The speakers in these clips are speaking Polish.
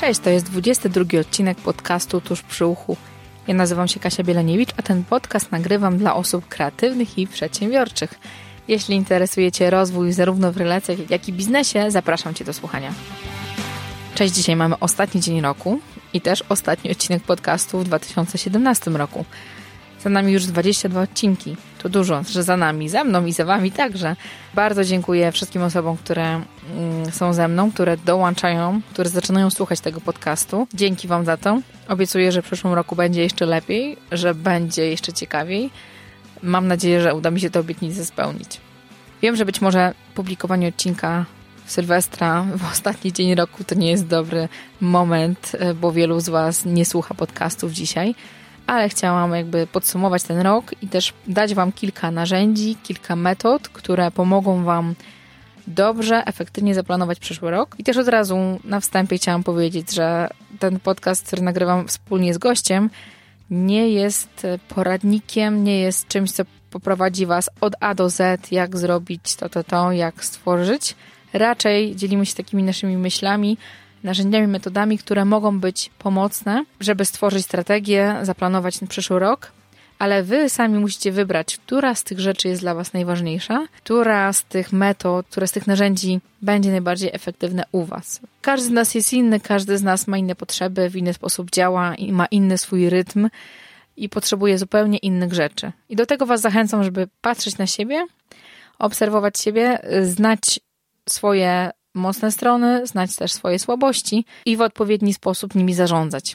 Cześć, to jest 22 odcinek podcastu Tuż przy uchu. Ja nazywam się Kasia Bieleniewicz, a ten podcast nagrywam dla osób kreatywnych i przedsiębiorczych. Jeśli interesuje Cię rozwój zarówno w relacjach, jak i biznesie, zapraszam Cię do słuchania. Cześć, dzisiaj mamy ostatni dzień roku i też ostatni odcinek podcastu w 2017 roku. Za nami już 22 odcinki. To dużo, że za nami, ze mną i za Wami także. Bardzo dziękuję wszystkim osobom, które są ze mną, które dołączają, które zaczynają słuchać tego podcastu. Dzięki Wam za to. Obiecuję, że w przyszłym roku będzie jeszcze lepiej, że będzie jeszcze ciekawiej. Mam nadzieję, że uda mi się tę obietnicę spełnić. Wiem, że być może publikowanie odcinka w Sylwestra w ostatni dzień roku to nie jest dobry moment, bo wielu z Was nie słucha podcastów dzisiaj, ale chciałam podsumować ten rok i też dać Wam kilka narzędzi, kilka metod, które pomogą Wam dobrze, efektywnie zaplanować przyszły rok. I też od razu na wstępie chciałam powiedzieć, że ten podcast, który nagrywam wspólnie z gościem, nie jest poradnikiem, nie jest czymś, co poprowadzi Was od A do Z, jak zrobić to, jak stworzyć. Raczej dzielimy się takimi naszymi myślami, narzędziami, metodami, które mogą być pomocne, żeby stworzyć strategię, zaplanować ten przyszły rok, ale Wy sami musicie wybrać, która z tych rzeczy jest dla Was najważniejsza, która z tych metod, które z tych narzędzi będzie najbardziej efektywne u Was. Każdy z nas jest inny, każdy z nas ma inne potrzeby, w inny sposób działa i ma inny swój rytm i potrzebuje zupełnie innych rzeczy. I do tego Was zachęcam, żeby patrzeć na siebie, obserwować siebie, znać swoje mocne strony, znać też swoje słabości i w odpowiedni sposób nimi zarządzać.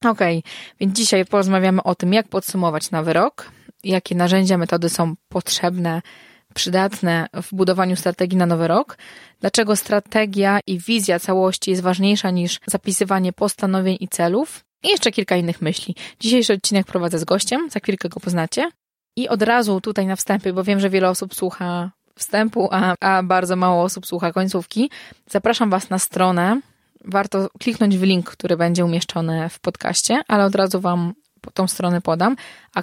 Więc dzisiaj porozmawiamy o tym, jak podsumować nowy rok, jakie narzędzia, metody są potrzebne, przydatne w budowaniu strategii na nowy rok, dlaczego strategia i wizja całości jest ważniejsza niż zapisywanie postanowień i celów i jeszcze kilka innych myśli. Dzisiejszy odcinek prowadzę z gościem, za chwilkę go poznacie i od razu tutaj na wstępie, bo wiem, że wiele osób słucha wstępu, a bardzo mało osób słucha końcówki. Zapraszam Was na stronę. Warto kliknąć w link, który będzie umieszczony w podcaście, ale od razu Wam tą stronę podam.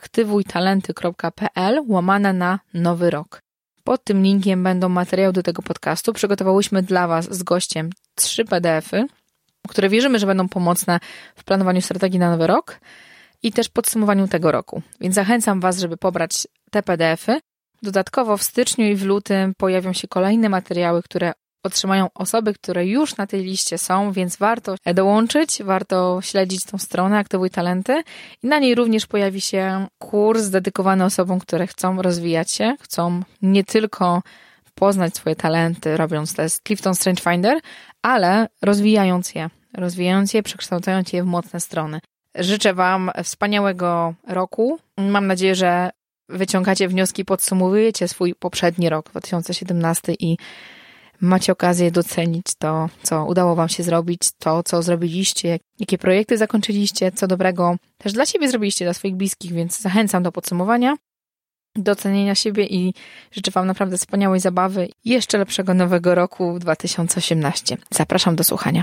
aktywujtalenty.pl/nowy rok. Pod tym linkiem będą materiały do tego podcastu. Przygotowałyśmy dla Was z gościem 3 PDF-y, które wierzymy, że będą pomocne w planowaniu strategii na nowy rok i też podsumowaniu tego roku. Więc zachęcam Was, żeby pobrać te PDF-y. Dodatkowo w styczniu i w lutym pojawią się kolejne materiały, które otrzymają osoby, które już na tej liście są, więc warto dołączyć, warto śledzić tą stronę Aktywuj Talenty i na niej również pojawi się kurs dedykowany osobom, które chcą rozwijać się, chcą nie tylko poznać swoje talenty, robiąc test Clifton Strength Finder, ale rozwijając je, przekształcając je w mocne strony. Życzę Wam wspaniałego roku. Mam nadzieję, że wyciągacie wnioski, podsumowujecie swój poprzedni rok, 2017 i macie okazję docenić to, co udało Wam się zrobić, to, co zrobiliście, jakie projekty zakończyliście, co dobrego też dla siebie zrobiliście, dla swoich bliskich, więc zachęcam do podsumowania, docenienia siebie i życzę Wam naprawdę wspaniałej zabawy i jeszcze lepszego nowego roku 2018. Zapraszam do słuchania.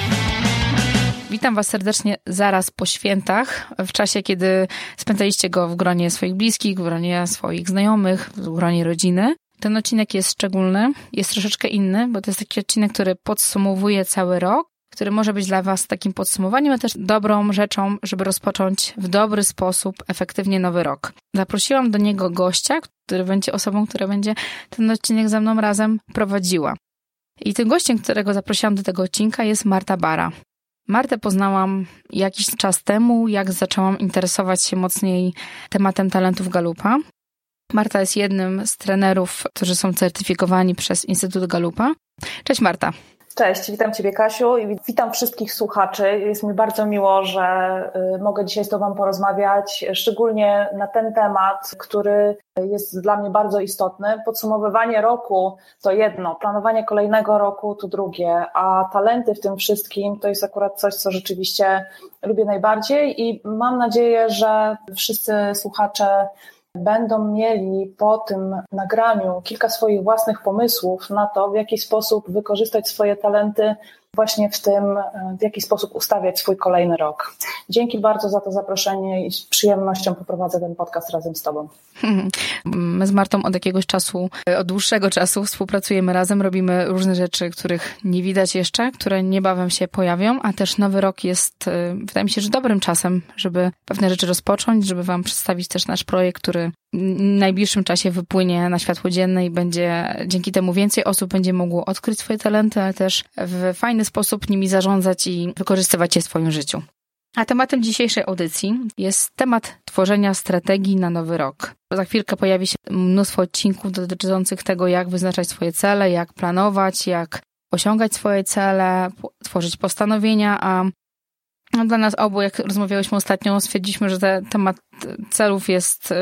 Witam Was serdecznie zaraz po świętach, w czasie, kiedy spędzaliście go w gronie swoich bliskich, w gronie swoich znajomych, w gronie rodziny. Ten odcinek jest szczególny, jest troszeczkę inny, bo to jest taki odcinek, który podsumowuje cały rok, który może być dla Was takim podsumowaniem, a też dobrą rzeczą, żeby rozpocząć w dobry sposób, efektywnie nowy rok. Zaprosiłam do niego gościa, który będzie osobą, która będzie ten odcinek ze mną razem prowadziła. I tym gościem, którego zaprosiłam do tego odcinka, jest Marta Bara. Martę poznałam jakiś czas temu, jak zaczęłam interesować się mocniej tematem talentów Gallupa. Marta jest jednym z trenerów, którzy są certyfikowani przez Instytut Gallupa. Cześć Marta. Cześć, witam Ciebie Kasiu i witam wszystkich słuchaczy. Jest mi bardzo miło, że mogę dzisiaj z Tobą porozmawiać, szczególnie na ten temat, który jest dla mnie bardzo istotny. Podsumowywanie roku to jedno, planowanie kolejnego roku to drugie, a talenty w tym wszystkim to jest akurat coś, co rzeczywiście lubię najbardziej i mam nadzieję, że wszyscy słuchacze będą mieli po tym nagraniu kilka swoich własnych pomysłów na to, w jaki sposób wykorzystać swoje talenty właśnie w tym, w jaki sposób ustawiać swój kolejny rok. Dzięki bardzo za to zaproszenie i z przyjemnością poprowadzę ten podcast razem z Tobą. My z Martą od jakiegoś czasu, od dłuższego czasu współpracujemy razem, robimy różne rzeczy, których nie widać jeszcze, które niebawem się pojawią, a też nowy rok jest, wydaje mi się, że dobrym czasem, żeby pewne rzeczy rozpocząć, żeby Wam przedstawić też nasz projekt, który w najbliższym czasie wypłynie na światło dzienne i będzie dzięki temu więcej osób będzie mogło odkryć swoje talenty, ale też w fajny sposób nimi zarządzać i wykorzystywać je w swoim życiu. A tematem dzisiejszej audycji jest temat tworzenia strategii na nowy rok. Za chwilkę pojawi się mnóstwo odcinków dotyczących tego, jak wyznaczać swoje cele, jak planować, jak osiągać swoje cele, tworzyć postanowienia, a dla nas obu, jak rozmawiałyśmy ostatnio, stwierdziliśmy, że temat celów jest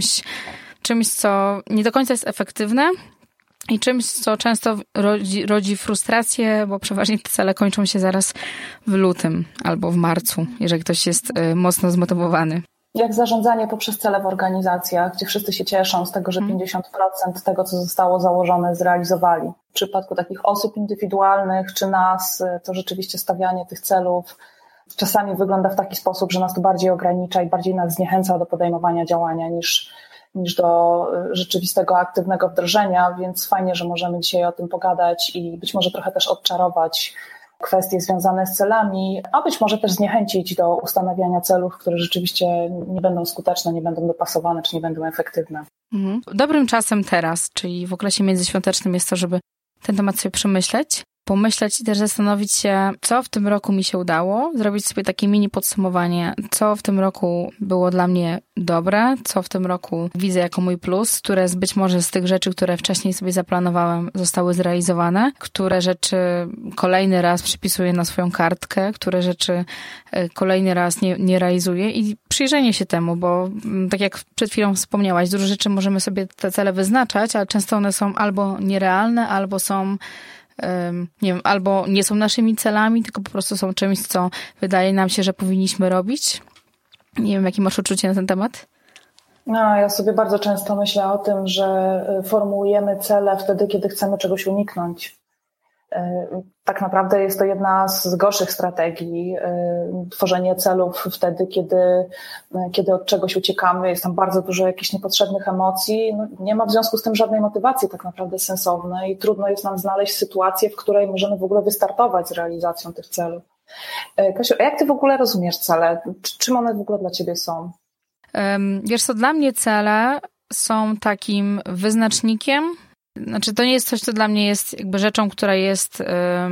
czymś, co nie do końca jest efektywne i czymś, co często rodzi frustrację, bo przeważnie te cele kończą się zaraz w lutym albo w marcu, jeżeli ktoś jest mocno zmotywowany. Jak zarządzanie poprzez cele w organizacjach, gdzie wszyscy się cieszą z tego, że 50% tego, co zostało założone, zrealizowali. W przypadku takich osób indywidualnych czy nas, to rzeczywiście stawianie tych celów czasami wygląda w taki sposób, że nas to bardziej ogranicza i bardziej nas zniechęca do podejmowania działania niż do rzeczywistego, aktywnego wdrożenia, więc fajnie, że możemy dzisiaj o tym pogadać i być może trochę też odczarować kwestie związane z celami, a być może też zniechęcić do ustanawiania celów, które rzeczywiście nie będą skuteczne, nie będą dopasowane, czy nie będą efektywne. Dobrym czasem teraz, czyli w okresie międzyświątecznym jest to, żeby ten temat sobie przemyśleć, pomyśleć i też zastanowić się, co w tym roku mi się udało, zrobić sobie takie mini podsumowanie, co w tym roku było dla mnie dobre, co w tym roku widzę jako mój plus, które być może z tych rzeczy, które wcześniej sobie zaplanowałem, zostały zrealizowane, które rzeczy kolejny raz przypisuję na swoją kartkę, które rzeczy kolejny raz nie realizuję i przyjrzenie się temu, bo tak jak przed chwilą wspomniałaś, dużo rzeczy możemy sobie te cele wyznaczać, ale często one są albo nierealne, albo są nie wiem, albo nie są naszymi celami, tylko po prostu są czymś, co wydaje nam się, że powinniśmy robić. Nie wiem, jakie masz odczucie na ten temat? No, ja sobie bardzo często myślę o tym, że formułujemy cele wtedy, kiedy chcemy czegoś uniknąć. Tak naprawdę jest to jedna z gorszych strategii, tworzenie celów wtedy, kiedy od czegoś uciekamy, jest tam bardzo dużo jakichś niepotrzebnych emocji, no, nie ma w związku z tym żadnej motywacji tak naprawdę sensownej i trudno jest nam znaleźć sytuację, w której możemy w ogóle wystartować z realizacją tych celów. Kasiu, a jak ty w ogóle rozumiesz cele? Czym one w ogóle dla ciebie są? Wiesz co, dla mnie cele są takim wyznacznikiem. Znaczy, to nie jest coś, co dla mnie jest jakby rzeczą, która jest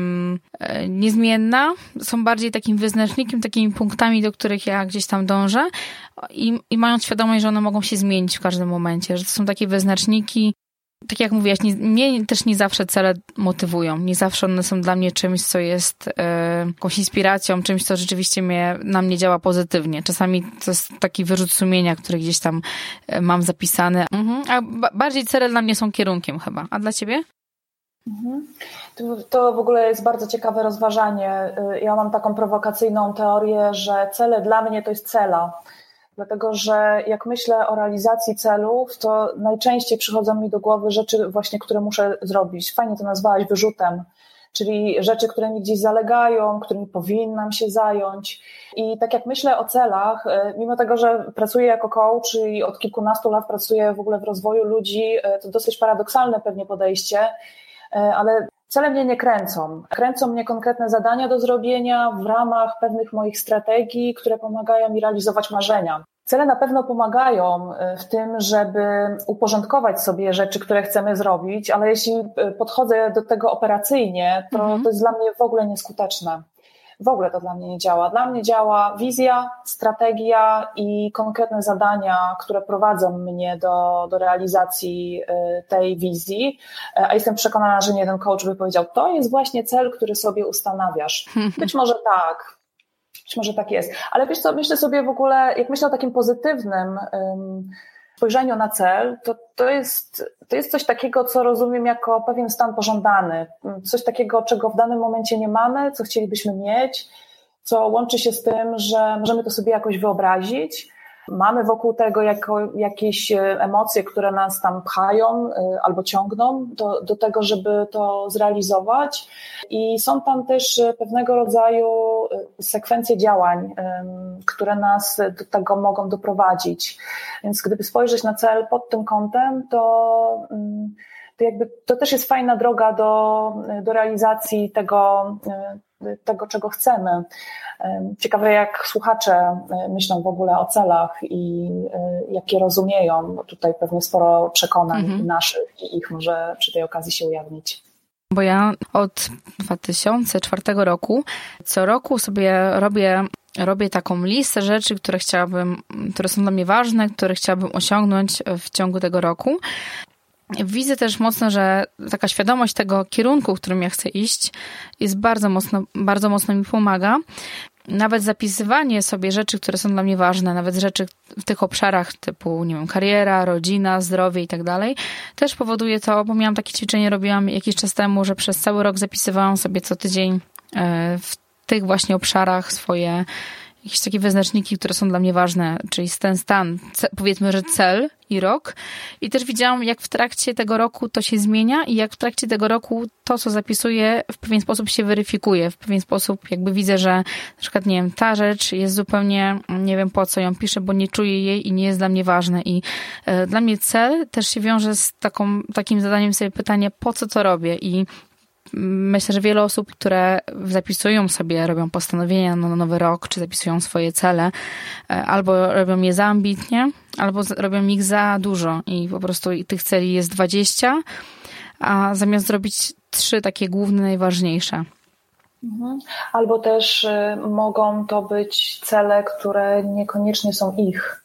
niezmienna. Są bardziej takim wyznacznikiem, takimi punktami, do których ja gdzieś tam dążę i mając świadomość, że one mogą się zmienić w każdym momencie, że to są takie wyznaczniki. Tak jak mówiłaś, mnie też nie zawsze cele motywują. Nie zawsze one są dla mnie czymś, co jest jakąś inspiracją, czymś, co rzeczywiście na mnie działa pozytywnie. Czasami to jest taki wyrzut sumienia, który gdzieś tam mam zapisany. A bardziej cele dla mnie są kierunkiem chyba. A dla ciebie? To w ogóle jest bardzo ciekawe rozważanie. Ja mam taką prowokacyjną teorię, że cele dla mnie to jest cela. Dlatego, że jak myślę o realizacji celów, to najczęściej przychodzą mi do głowy rzeczy właśnie, które muszę zrobić. Fajnie to nazwałaś wyrzutem, czyli rzeczy, które mi gdzieś zalegają, którymi powinnam się zająć. I tak jak myślę o celach, mimo tego, że pracuję jako coach i od kilkunastu lat pracuję w ogóle w rozwoju ludzi, to dosyć paradoksalne pewnie podejście, ale cele mnie nie kręcą. Kręcą mnie konkretne zadania do zrobienia w ramach pewnych moich strategii, które pomagają mi realizować marzenia. Cele na pewno pomagają w tym, żeby uporządkować sobie rzeczy, które chcemy zrobić, ale jeśli podchodzę do tego operacyjnie, to jest dla mnie w ogóle nieskuteczne. W ogóle to dla mnie nie działa. Dla mnie działa wizja, strategia i konkretne zadania, które prowadzą mnie do realizacji tej wizji. A jestem przekonana, że nie jeden coach by powiedział, to jest właśnie cel, który sobie ustanawiasz. Być może tak. Być może tak jest. Ale wiesz co, myślę sobie w ogóle, jak myślę o takim pozytywnym spojrzeniu na cel, to jest coś takiego, co rozumiem jako pewien stan pożądany. Coś takiego, czego w danym momencie nie mamy, co chcielibyśmy mieć, co łączy się z tym, że możemy to sobie jakoś wyobrazić. mamy wokół tego jakieś emocje, które nas tam pchają albo ciągną do tego, żeby to zrealizować. I są tam też pewnego rodzaju sekwencje działań, które nas do tego mogą doprowadzić. Więc gdyby spojrzeć na cel pod tym kątem, to to też jest fajna droga do realizacji tego, czego chcemy. Ciekawe, jak słuchacze myślą w ogóle o celach i jak je rozumieją, bo tutaj pewnie sporo przekonań naszych i ich może przy tej okazji się ujawnić. Bo ja od 2004 roku co roku sobie robię taką listę rzeczy, które są dla mnie ważne, które chciałabym osiągnąć w ciągu tego roku. Widzę też mocno, że taka świadomość tego kierunku, w którym ja chcę iść, jest bardzo mocno mi pomaga. Nawet zapisywanie sobie rzeczy, które są dla mnie ważne, nawet rzeczy w tych obszarach typu, nie wiem, kariera, rodzina, zdrowie i tak dalej, też powoduje to, bo miałam takie ćwiczenie, robiłam jakiś czas temu, że przez cały rok zapisywałam sobie co tydzień w tych właśnie obszarach swoje jakieś takie wyznaczniki, które są dla mnie ważne, czyli ten stan, powiedzmy, że cel i rok. I też widziałam, jak w trakcie tego roku to się zmienia i jak w trakcie tego roku to, co zapisuję, w pewien sposób się weryfikuje. W pewien sposób jakby widzę, że na przykład, nie wiem, ta rzecz jest zupełnie, nie wiem po co ją piszę, bo nie czuję jej i nie jest dla mnie ważne. I dla mnie cel też się wiąże z takim zadaniem sobie pytania, po co to robię? I myślę, że wiele osób, które zapisują sobie, robią postanowienia na nowy rok, czy zapisują swoje cele, albo robią je za ambitnie, albo robią ich za dużo i po prostu tych celi jest 20, a zamiast zrobić 3 takie główne, najważniejsze. Albo też mogą to być cele, które niekoniecznie są ich.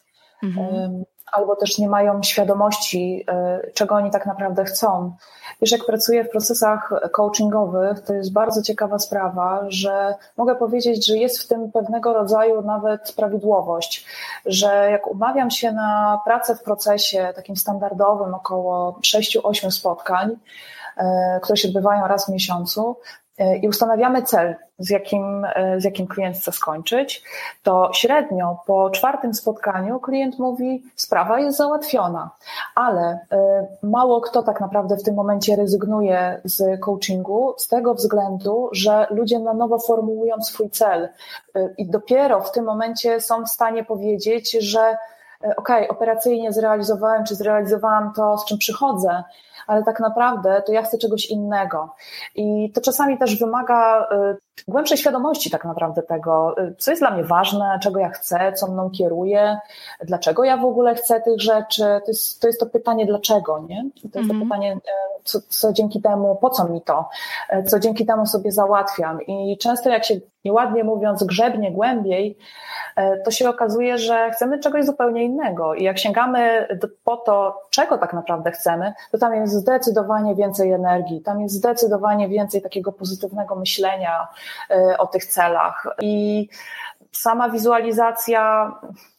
Albo też nie mają świadomości, czego oni tak naprawdę chcą. Wiesz, jak pracuję w procesach coachingowych, to jest bardzo ciekawa sprawa, że mogę powiedzieć, że jest w tym pewnego rodzaju nawet prawidłowość, że jak umawiam się na pracę w procesie takim standardowym, około 6-8 spotkań, które się odbywają raz w miesiącu, i ustanawiamy cel, z jakim klient chce skończyć, to średnio po 4. spotkaniu klient mówi, sprawa jest załatwiona, ale mało kto tak naprawdę w tym momencie rezygnuje z coachingu z tego względu, że ludzie na nowo formułują swój cel i dopiero w tym momencie są w stanie powiedzieć, że operacyjnie zrealizowałam to, z czym przychodzę, ale tak naprawdę to ja chcę czegoś innego. I to czasami też wymaga głębszej świadomości tak naprawdę tego, co jest dla mnie ważne, czego ja chcę, co mną kieruje, dlaczego ja w ogóle chcę tych rzeczy. To jest to pytanie dlaczego, nie? To jest to pytanie, co dzięki temu, po co mi to, co dzięki temu sobie załatwiam. I często jak się, nieładnie mówiąc, grzebnie głębiej, to się okazuje, że chcemy czegoś zupełnie innego. I jak sięgamy po to, czego tak naprawdę chcemy, to tam jest zdecydowanie więcej energii, tam jest zdecydowanie więcej takiego pozytywnego myślenia o tych celach. I sama wizualizacja,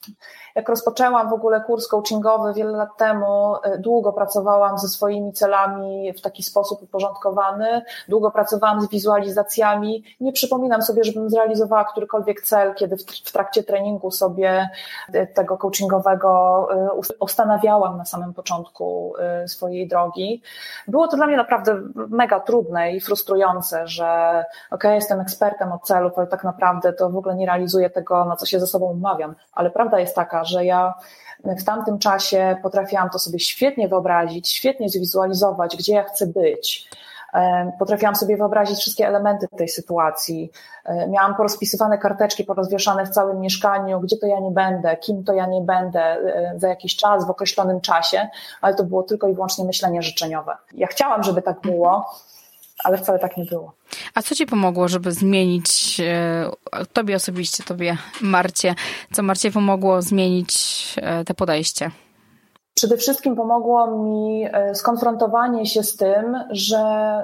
jak rozpoczęłam w ogóle kurs coachingowy wiele lat temu, długo pracowałam ze swoimi celami w taki sposób uporządkowany, długo pracowałam z wizualizacjami. Nie przypominam sobie, żebym zrealizowała którykolwiek cel, kiedy w trakcie treningu sobie tego coachingowego ustanawiałam na samym początku swojej drogi. Było to dla mnie naprawdę mega trudne i frustrujące, że jestem ekspertem od celów, ale tak naprawdę to w ogóle nie realizuję tego, na co się ze sobą umawiam. Ale prawda jest taka, że ja w tamtym czasie potrafiłam to sobie świetnie wyobrazić, świetnie zwizualizować, gdzie ja chcę być. Potrafiłam sobie wyobrazić wszystkie elementy tej sytuacji. Miałam porozpisywane karteczki, porozwieszane w całym mieszkaniu, gdzie to ja nie będę, kim to ja nie będę za jakiś czas, w określonym czasie, ale to było tylko i wyłącznie myślenie życzeniowe. Ja chciałam, żeby tak było, ale wcale tak nie było. A co ci pomogło, żeby zmienić, tobie osobiście, tobie, Marcie, co Marcie pomogło zmienić te podejście? Przede wszystkim pomogło mi skonfrontowanie się z tym, że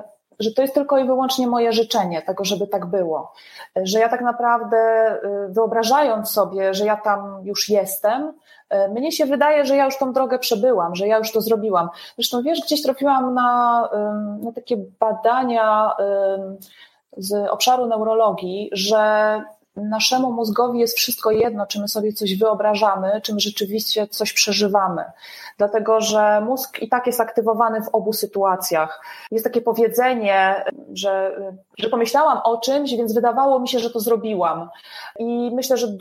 to jest tylko i wyłącznie moje życzenie tego, żeby tak było. Że ja tak naprawdę wyobrażając sobie, że ja tam już jestem, mnie się wydaje, że ja już tą drogę przebyłam, że ja już to zrobiłam. Zresztą wiesz, gdzieś trafiłam na takie badania z obszaru neurologii, że naszemu mózgowi jest wszystko jedno, czy my sobie coś wyobrażamy, czy my rzeczywiście coś przeżywamy. Dlatego, że mózg i tak jest aktywowany w obu sytuacjach. Jest takie powiedzenie, że pomyślałam o czymś, więc wydawało mi się, że to zrobiłam. I myślę, że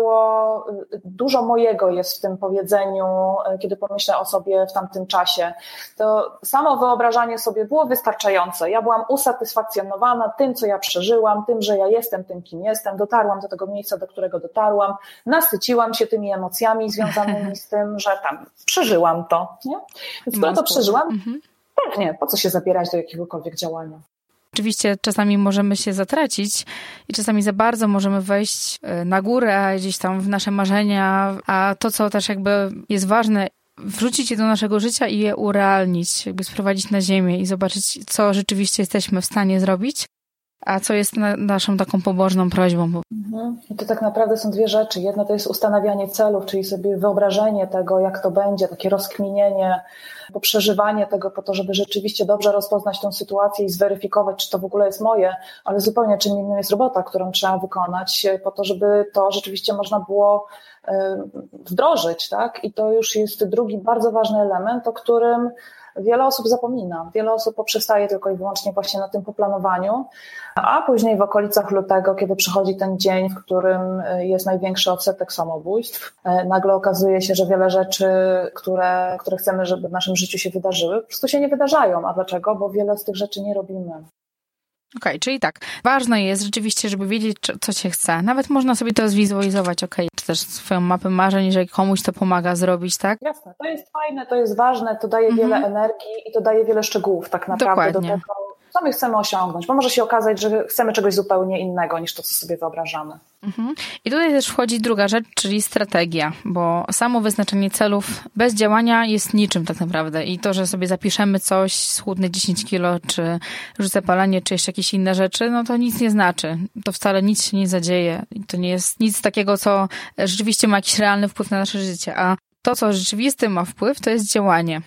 dużo mojego jest w tym powiedzeniu, kiedy pomyślę o sobie w tamtym czasie. To samo wyobrażanie sobie było wystarczające. Ja byłam usatysfakcjonowana tym, co ja przeżyłam, tym, że ja jestem tym, kim jestem, dotarłam do tego miejsca, do którego dotarłam, nasyciłam się tymi emocjami związanymi z tym, że tam przeżyłam to. Nie? Więc skoro to przeżyłam, pewnie, po co się zabierać do jakiegokolwiek działania? Oczywiście czasami możemy się zatracić i czasami za bardzo możemy wejść na górę, gdzieś tam w nasze marzenia, a to, co też jakby jest ważne, wrzucić je do naszego życia i je urealnić, jakby sprowadzić na ziemię i zobaczyć, co rzeczywiście jesteśmy w stanie zrobić, a co jest naszą taką pobożną prośbą. I to tak naprawdę są dwie rzeczy. Jedno to jest ustanawianie celów, czyli sobie wyobrażenie tego, jak to będzie, takie rozkminienie, poprzeżywanie tego po to, żeby rzeczywiście dobrze rozpoznać tę sytuację i zweryfikować, czy to w ogóle jest moje, ale zupełnie czym innym jest robota, którą trzeba wykonać po to, żeby to rzeczywiście można było wdrożyć, tak? I to już jest drugi bardzo ważny element, o którym wiele osób zapomina. Wiele osób poprzestaje tylko i wyłącznie właśnie na tym poplanowaniu, a później w okolicach lutego, kiedy przychodzi ten dzień, w którym jest największy odsetek samobójstw, nagle okazuje się, że wiele rzeczy, które chcemy, żeby w naszym życiu się wydarzyły, po prostu się nie wydarzają. A dlaczego? Bo wiele z tych rzeczy nie robimy. Okej, czyli tak, ważne jest rzeczywiście, żeby wiedzieć, co się chce. Nawet można sobie to zwizualizować, czy też swoją mapę marzeń, jeżeli komuś to pomaga zrobić, tak? Jasne, to jest fajne, to jest ważne, to daje wiele energii i to daje wiele szczegółów tak naprawdę. Dokładnie. Do tego, co my chcemy osiągnąć, bo może się okazać, że chcemy czegoś zupełnie innego niż to, co sobie wyobrażamy. I tutaj też wchodzi druga rzecz, czyli strategia, bo samo wyznaczenie celów bez działania jest niczym tak naprawdę i to, że sobie zapiszemy coś, schudnę 10 kilo, czy rzucę palenie, czy jeszcze jakieś inne rzeczy, no to nic nie znaczy. To wcale nic się nie zadzieje. To nie jest nic takiego, co rzeczywiście ma jakiś realny wpływ na nasze życie, a to, co rzeczywisty ma wpływ, to jest działanie.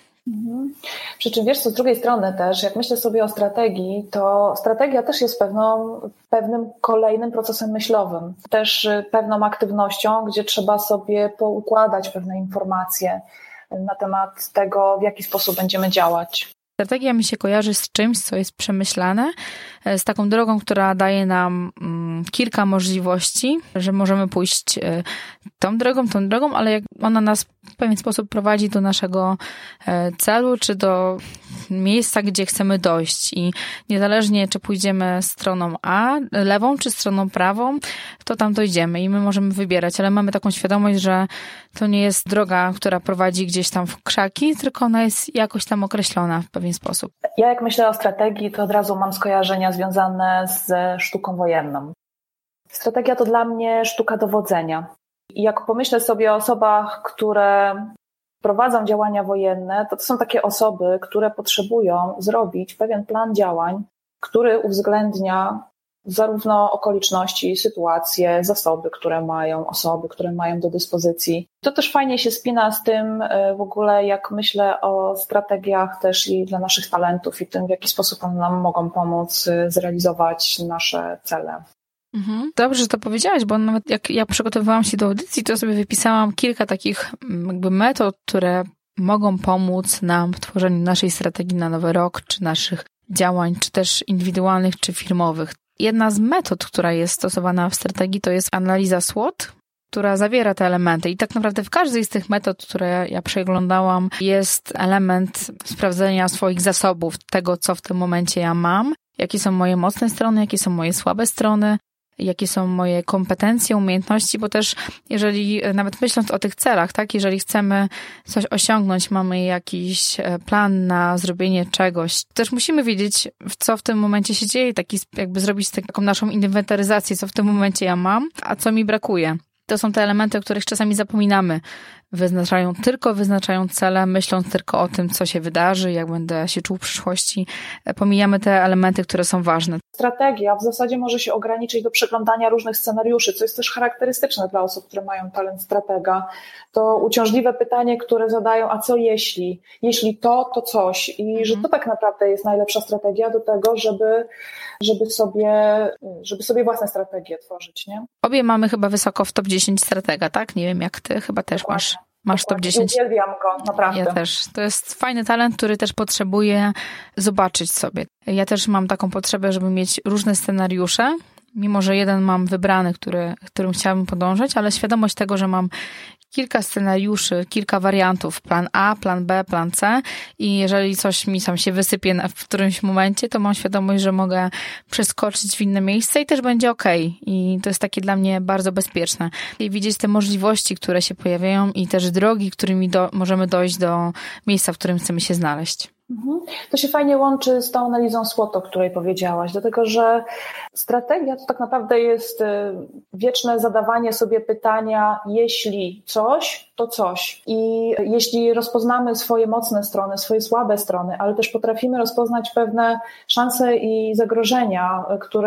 Przy czym wiesz co, z drugiej strony też, jak myślę sobie o strategii, to strategia też jest pewnym kolejnym procesem myślowym, też pewną aktywnością, gdzie trzeba sobie poukładać pewne informacje na temat tego, w jaki sposób będziemy działać. Strategia mi się kojarzy z czymś, co jest przemyślane, z taką drogą, która daje nam kilka możliwości, że możemy pójść tą drogą, ale jak ona nas w pewien sposób prowadzi do naszego celu, czy do miejsca, gdzie chcemy dojść i niezależnie, czy pójdziemy stroną A, lewą, czy stroną prawą, to tam dojdziemy i my możemy wybierać, ale mamy taką świadomość, że to nie jest droga, która prowadzi gdzieś tam w krzaki, tylko ona jest jakoś tam określona w pewien sposób. Ja jak myślę o strategii, to od razu mam skojarzenia związane ze sztuką wojenną. Strategia to dla mnie sztuka dowodzenia. I jak pomyślę sobie o osobach, które prowadzą działania wojenne, to są takie osoby, które potrzebują zrobić pewien plan działań, który uwzględnia zarówno okoliczności, sytuacje, zasoby, które mają, osoby, które mają do dyspozycji. To też fajnie się spina z tym w ogóle, jak myślę o strategiach też i dla naszych talentów i tym, w jaki sposób one nam mogą pomóc zrealizować nasze cele. Dobrze, że to powiedziałaś, bo nawet jak ja przygotowywałam się do audycji, to sobie wypisałam kilka takich jakby metod, które mogą pomóc nam w tworzeniu naszej strategii na nowy rok, czy naszych działań, czy też indywidualnych, czy firmowych. Jedna z metod, która jest stosowana w strategii, to jest analiza SWOT, która zawiera te elementy. I tak naprawdę w każdej z tych metod, które ja przeglądałam, jest element sprawdzenia swoich zasobów, tego, co w tym momencie ja mam, jakie są moje mocne strony, jakie są moje słabe strony, jakie są moje kompetencje, umiejętności, bo też jeżeli, nawet myśląc o tych celach, tak, jeżeli chcemy coś osiągnąć, mamy jakiś plan na zrobienie czegoś, też musimy wiedzieć, co w tym momencie się dzieje, jakby zrobić taką naszą inwentaryzację, co w tym momencie ja mam, a co mi brakuje. To są te elementy, o których czasami zapominamy. wyznaczają cele, myśląc tylko o tym, co się wydarzy, jak będę się czuł w przyszłości. Pomijamy te elementy, które są ważne. Strategia w zasadzie może się ograniczyć do przeglądania różnych scenariuszy, co jest też charakterystyczne dla osób, które mają talent stratega. To uciążliwe pytanie, które zadają, a co jeśli? Jeśli to coś. I że to tak naprawdę jest najlepsza strategia do tego, żeby sobie własne strategie tworzyć, nie? Obie mamy chyba wysoko w top 10 stratega, tak? Nie wiem jak ty, chyba też masz top 10. Uwielbiam go, naprawdę. Ja też. To jest fajny talent, który też potrzebuję zobaczyć sobie. Ja też mam taką potrzebę, żeby mieć różne scenariusze, mimo że jeden mam wybrany, którym chciałabym podążać, ale świadomość tego, że mam kilka scenariuszy, kilka wariantów, plan A, plan B, plan C i jeżeli coś mi tam się wysypie w którymś momencie, to mam świadomość, że mogę przeskoczyć w inne miejsce i też będzie okej. I to jest takie dla mnie bardzo bezpieczne. I widzieć te możliwości, które się pojawiają i też drogi, którymi możemy dojść do miejsca, w którym chcemy się znaleźć. To się fajnie łączy z tą analizą SWOT, o której powiedziałaś, dlatego że strategia to tak naprawdę jest wieczne zadawanie sobie pytania, jeśli coś, to coś. I jeśli rozpoznamy swoje mocne strony, swoje słabe strony, ale też potrafimy rozpoznać pewne szanse i zagrożenia,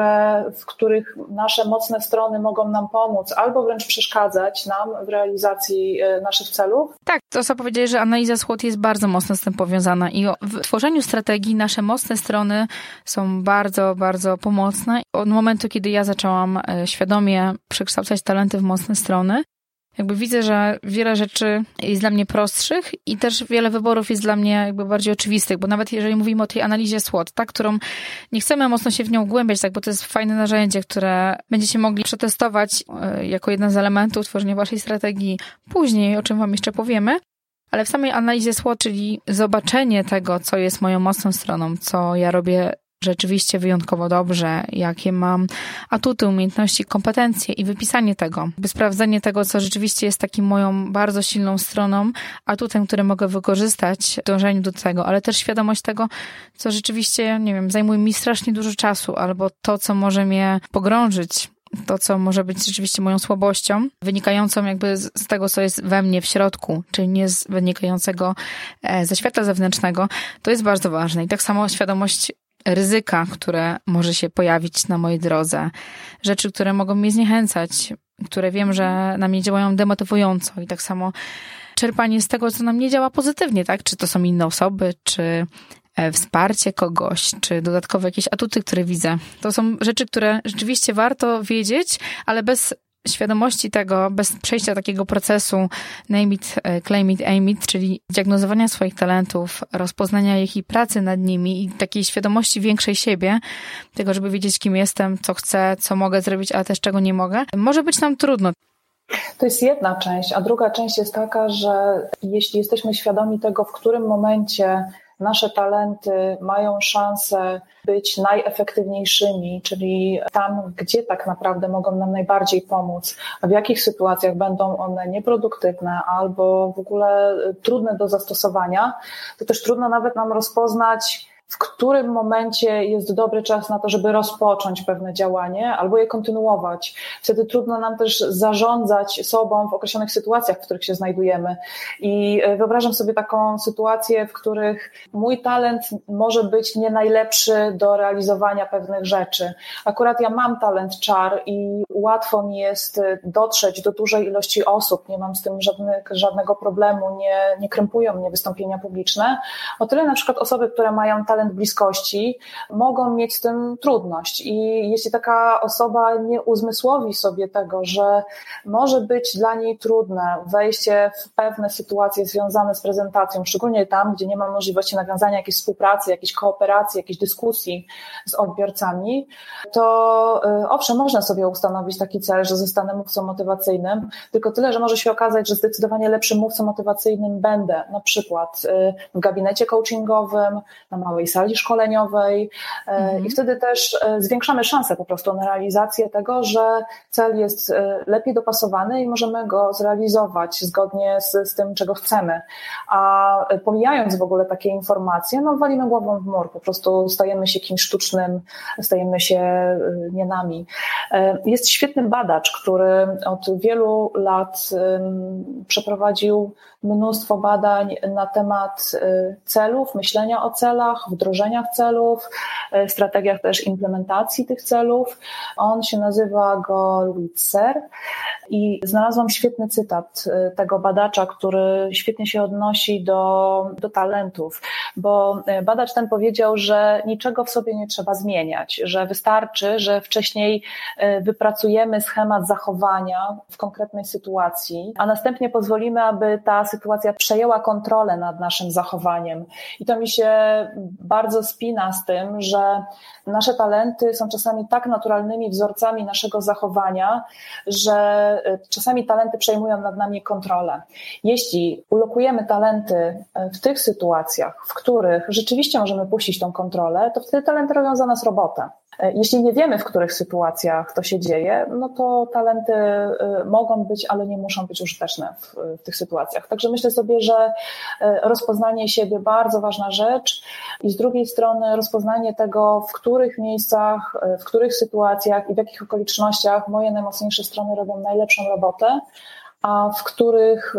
w których nasze mocne strony mogą nam pomóc albo wręcz przeszkadzać nam w realizacji naszych celów. Tak, to co powiedziałeś, że analiza SWOT jest bardzo mocno z tym powiązana i w tworzeniu strategii nasze mocne strony są bardzo, bardzo pomocne. Od momentu, kiedy ja zaczęłam świadomie przekształcać talenty w mocne strony, jakby widzę, że wiele rzeczy jest dla mnie prostszych i też wiele wyborów jest dla mnie jakby bardziej oczywistych, bo nawet jeżeli mówimy o tej analizie SWOT, tak, którą nie chcemy mocno się w nią głębiać, tak, bo to jest fajne narzędzie, które będziecie mogli przetestować jako jeden z elementów tworzenia waszej strategii później, o czym wam jeszcze powiemy. Ale w samej analizie SWOT, czyli zobaczenie tego, co jest moją mocną stroną, co ja robię rzeczywiście wyjątkowo dobrze, jakie mam atuty, umiejętności, kompetencje i wypisanie tego, by sprawdzenie tego, co rzeczywiście jest takim moją bardzo silną stroną, atutem, który mogę wykorzystać w dążeniu do tego, ale też świadomość tego, co rzeczywiście, nie wiem, zajmuje mi strasznie dużo czasu, albo to, co może mnie pogrążyć, to, co może być rzeczywiście moją słabością, wynikającą jakby z tego, co jest we mnie w środku, czyli nie wynikającego ze świata zewnętrznego, to jest bardzo ważne. I tak samo świadomość ryzyka, które może się pojawić na mojej drodze, rzeczy, które mogą mnie zniechęcać, które wiem, że na mnie działają demotywująco i tak samo czerpanie z tego, co na mnie działa pozytywnie, tak? Czy to są inne osoby, czy wsparcie kogoś, czy dodatkowe jakieś atuty, które widzę. To są rzeczy, które rzeczywiście warto wiedzieć, ale bez świadomości tego, bez przejścia takiego procesu name it, claim it, aim it, czyli diagnozowania swoich talentów, rozpoznania ich i pracy nad nimi i takiej świadomości większej siebie, tego, żeby wiedzieć, kim jestem, co chcę, co mogę zrobić, ale też czego nie mogę, może być nam trudno. To jest jedna część, a druga część jest taka, że jeśli jesteśmy świadomi tego, w którym momencie nasze talenty mają szansę być najefektywniejszymi, czyli tam, gdzie tak naprawdę mogą nam najbardziej pomóc, a w jakich sytuacjach będą one nieproduktywne albo w ogóle trudne do zastosowania, to też trudno nawet nam rozpoznać, w którym momencie jest dobry czas na to, żeby rozpocząć pewne działanie albo je kontynuować. Wtedy trudno nam też zarządzać sobą w określonych sytuacjach, w których się znajdujemy. I wyobrażam sobie taką sytuację, w których mój talent może być nie najlepszy do realizowania pewnych rzeczy. Akurat ja mam talent czar i łatwo mi jest dotrzeć do dużej ilości osób. Nie mam z tym żadnego problemu, nie krępują mnie wystąpienia publiczne. O tyle na przykład osoby, które mają talent bliskości, mogą mieć z tym trudność. I jeśli taka osoba nie uzmysłowi sobie tego, że może być dla niej trudne wejście w pewne sytuacje związane z prezentacją, szczególnie tam, gdzie nie ma możliwości nawiązania jakiejś współpracy, jakiejś kooperacji, jakiejś dyskusji z odbiorcami, to owszem, można sobie ustanowić taki cel, że zostanę mówcą motywacyjnym, tylko tyle, że może się okazać, że zdecydowanie lepszym mówcą motywacyjnym będę na przykład w gabinecie coachingowym, na małej nowej sali szkoleniowej i wtedy też zwiększamy szansę po prostu na realizację tego, że cel jest lepiej dopasowany i możemy go zrealizować zgodnie z tym, czego chcemy. A pomijając w ogóle takie informacje, no walimy głową w mur, po prostu stajemy się kimś sztucznym, stajemy się nie nami. Jest świetny badacz, który od wielu lat przeprowadził mnóstwo badań na temat celów, myślenia o celach, wdrożeniach celów, strategiach też implementacji tych celów. On się nazywa Louis Serre i znalazłam świetny cytat tego badacza, który świetnie się odnosi do talentów, bo badacz ten powiedział, że niczego w sobie nie trzeba zmieniać, że wystarczy, że wcześniej wypracujemy schemat zachowania w konkretnej sytuacji, a następnie pozwolimy, aby ta sytuacja przejęła kontrolę nad naszym zachowaniem. I to mi się bardzo spina z tym, że nasze talenty są czasami tak naturalnymi wzorcami naszego zachowania, że czasami talenty przejmują nad nami kontrolę. Jeśli ulokujemy talenty w tych sytuacjach, w których rzeczywiście możemy puścić tą kontrolę, to wtedy talenty robią za nas robotę. Jeśli nie wiemy, w których sytuacjach to się dzieje, no to talenty mogą być, ale nie muszą być użyteczne w tych sytuacjach. Także myślę sobie, że rozpoznanie siebie bardzo ważna rzecz i z drugiej strony rozpoznanie tego, w których miejscach, w których sytuacjach i w jakich okolicznościach moje najmocniejsze strony robią najlepszą robotę, a w których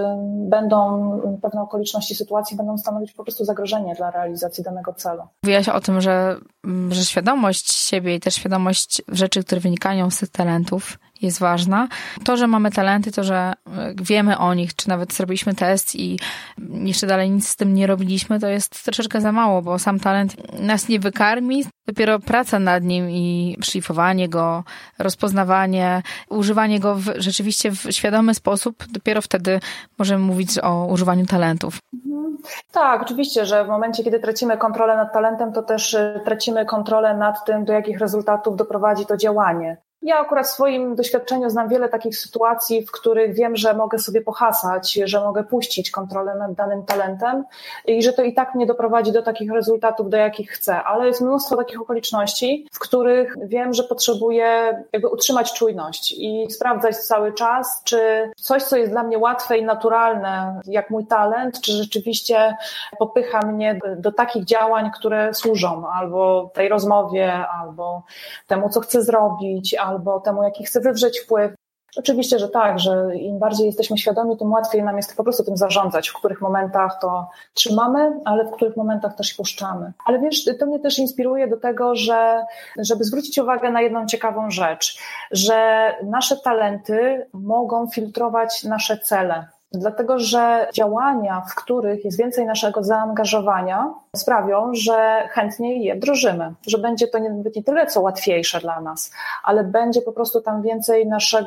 pewne okoliczności sytuacji będą stanowić po prostu zagrożenie dla realizacji danego celu. Mówiłaś o tym, że świadomość siebie i też świadomość rzeczy, które wynikają z tych talentów jest ważna. To, że mamy talenty, to, że wiemy o nich, czy nawet zrobiliśmy test i jeszcze dalej nic z tym nie robiliśmy, to jest troszeczkę za mało, bo sam talent nas nie wykarmi. Dopiero praca nad nim i szlifowanie go, rozpoznawanie, używanie go rzeczywiście w świadomy sposób, dopiero wtedy możemy mówić o używaniu talentów. Tak, oczywiście, że w momencie, kiedy tracimy kontrolę nad talentem, to też tracimy kontrolę nad tym, do jakich rezultatów doprowadzi to działanie. Ja akurat w swoim doświadczeniu znam wiele takich sytuacji, w których wiem, że mogę sobie pohasać, że mogę puścić kontrolę nad danym talentem i że to i tak mnie doprowadzi do takich rezultatów, do jakich chcę. Ale jest mnóstwo takich okoliczności, w których wiem, że potrzebuję jakby utrzymać czujność i sprawdzać cały czas, czy coś, co jest dla mnie łatwe i naturalne, jak mój talent, czy rzeczywiście popycha mnie do takich działań, które służą albo tej rozmowie, albo temu, co chcę zrobić, albo temu, jaki chcę wywrzeć wpływ. Oczywiście, że tak, że im bardziej jesteśmy świadomi, tym łatwiej nam jest po prostu tym zarządzać, w których momentach to trzymamy, ale w których momentach też puszczamy. Ale wiesz, to mnie też inspiruje do tego, żeby zwrócić uwagę na jedną ciekawą rzecz, że nasze talenty mogą filtrować nasze cele. Dlatego, że działania, w których jest więcej naszego zaangażowania, sprawią, że chętniej je wdrożymy, że będzie to nie tyle co łatwiejsze dla nas, ale będzie po prostu tam więcej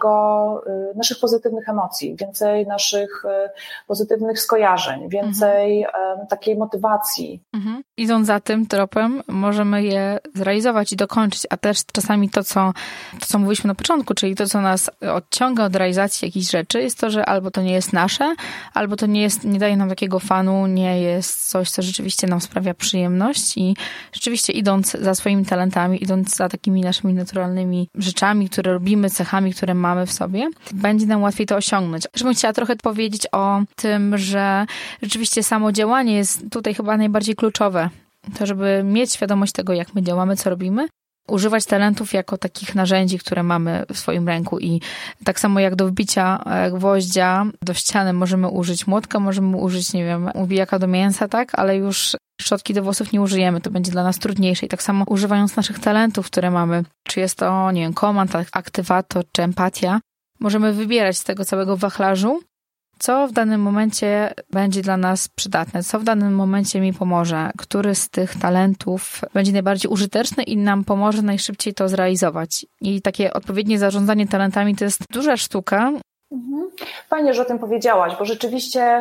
naszych pozytywnych emocji, więcej naszych pozytywnych skojarzeń, więcej takiej motywacji. Idąc za tym tropem, możemy je zrealizować i dokończyć, a też czasami to, co mówiliśmy na początku, czyli to, co nas odciąga od realizacji jakichś rzeczy, jest to, że albo to nie jest nasze, albo to nie daje nam takiego fanu, nie jest coś, co rzeczywiście nam sprawia przyjemność i rzeczywiście idąc za swoimi talentami, idąc za takimi naszymi naturalnymi rzeczami, które robimy, cechami, które mamy w sobie, będzie nam łatwiej to osiągnąć. Też bym chciała trochę powiedzieć o tym, że rzeczywiście samo działanie jest tutaj chyba najbardziej kluczowe. To, żeby mieć świadomość tego, jak my działamy, co robimy, używać talentów jako takich narzędzi, które mamy w swoim ręku i tak samo jak do wbicia gwoździa do ściany możemy użyć młotka, możemy użyć, nie wiem, ubijaka do mięsa, tak, ale już szczotki do włosów nie użyjemy, to będzie dla nas trudniejsze i tak samo używając naszych talentów, które mamy, czy jest to, nie wiem, komand, aktywator, czy empatia, możemy wybierać z tego całego wachlarzu, co w danym momencie będzie dla nas przydatne, co w danym momencie mi pomoże, który z tych talentów będzie najbardziej użyteczny i nam pomoże najszybciej to zrealizować. I takie odpowiednie zarządzanie talentami to jest duża sztuka. Fajnie, że o tym powiedziałaś, bo rzeczywiście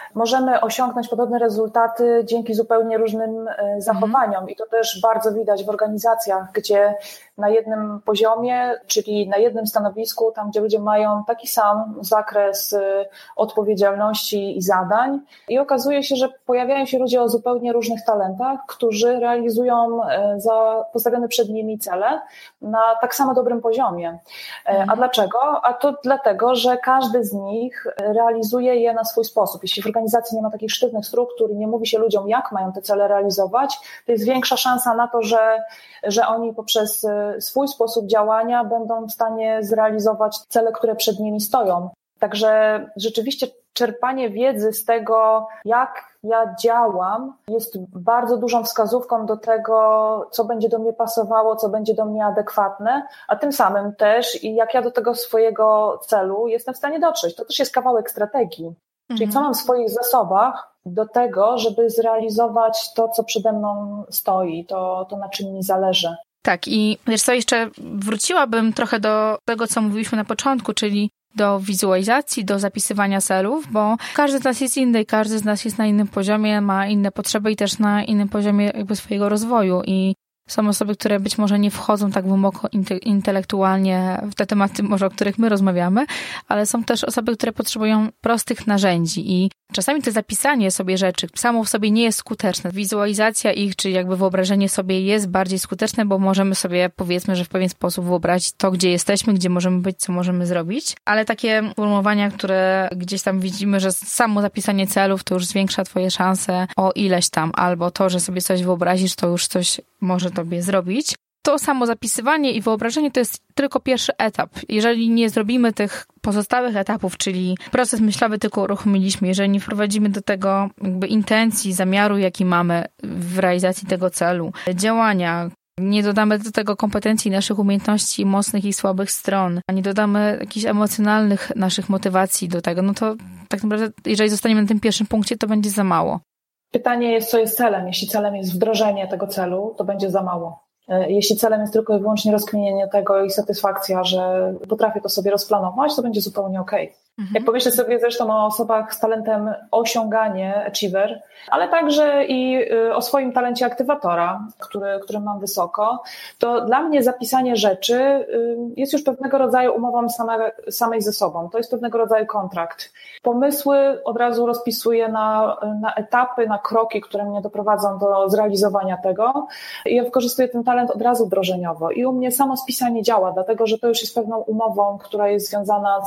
możemy osiągnąć podobne rezultaty dzięki zupełnie różnym zachowaniom i to też bardzo widać w organizacjach, gdzie na jednym poziomie, czyli na jednym stanowisku, tam gdzie ludzie mają taki sam zakres odpowiedzialności i zadań i okazuje się, że pojawiają się ludzie o zupełnie różnych talentach, którzy realizują postawione przed nimi cele na tak samo dobrym poziomie. A dlaczego? A to dlatego, że każdy z nich realizuje je na swój sposób. Jeśli w organizacji nie ma takich sztywnych struktur i nie mówi się ludziom, jak mają te cele realizować, to jest większa szansa na to, że oni poprzez swój sposób działania będą w stanie zrealizować cele, które przed nimi stoją. Także rzeczywiście czerpanie wiedzy z tego, jak ja działam, jest bardzo dużą wskazówką do tego, co będzie do mnie pasowało, co będzie do mnie adekwatne, a tym samym też i jak ja do tego swojego celu jestem w stanie dotrzeć. To też jest kawałek strategii. Czyli co mam w swoich zasobach do tego, żeby zrealizować to, co przede mną stoi, to na czym mi zależy. Tak, i wiesz co, jeszcze wróciłabym trochę do tego, co mówiliśmy na początku, czyli do wizualizacji, do zapisywania celów, bo każdy z nas jest inny i każdy z nas jest na innym poziomie, ma inne potrzeby i też na innym poziomie jakby swojego rozwoju i są osoby, które być może nie wchodzą tak głęboko intelektualnie w te tematy, może o których my rozmawiamy, ale są też osoby, które potrzebują prostych narzędzi i czasami to zapisanie sobie rzeczy samo w sobie nie jest skuteczne. Wizualizacja ich, czy jakby wyobrażenie sobie jest bardziej skuteczne, bo możemy sobie, powiedzmy, że w pewien sposób wyobrazić to, gdzie jesteśmy, gdzie możemy być, co możemy zrobić. Ale takie formułowania, które gdzieś tam widzimy, że samo zapisanie celów to już zwiększa twoje szanse o ileś tam, albo to, że sobie coś wyobrazisz, to już coś może tobie zrobić. To samo zapisywanie i wyobrażenie to jest tylko pierwszy etap. Jeżeli nie zrobimy tych pozostałych etapów, czyli proces myślowy tylko uruchomiliśmy, jeżeli nie wprowadzimy do tego jakby intencji, zamiaru, jaki mamy w realizacji tego celu, działania, nie dodamy do tego kompetencji naszych umiejętności mocnych i słabych stron, a nie dodamy jakichś emocjonalnych naszych motywacji do tego, no to tak naprawdę, jeżeli zostaniemy na tym pierwszym punkcie, to będzie za mało. Pytanie jest, co jest celem. Jeśli celem jest wdrożenie tego celu, to będzie za mało. Jeśli celem jest tylko i wyłącznie rozkminienie tego i satysfakcja, że potrafię to sobie rozplanować, to będzie zupełnie okej. Jak pomyślę sobie zresztą o osobach z talentem osiąganie, achiever, ale także i o swoim talencie aktywatora, który mam wysoko, to dla mnie zapisanie rzeczy jest już pewnego rodzaju umową samej ze sobą. To jest pewnego rodzaju kontrakt. Pomysły od razu rozpisuję na etapy, na kroki, które mnie doprowadzą do zrealizowania tego i ja wykorzystuję ten talent od razu wdrożeniowo. I u mnie samo spisanie działa, dlatego że to już jest pewną umową, która jest związana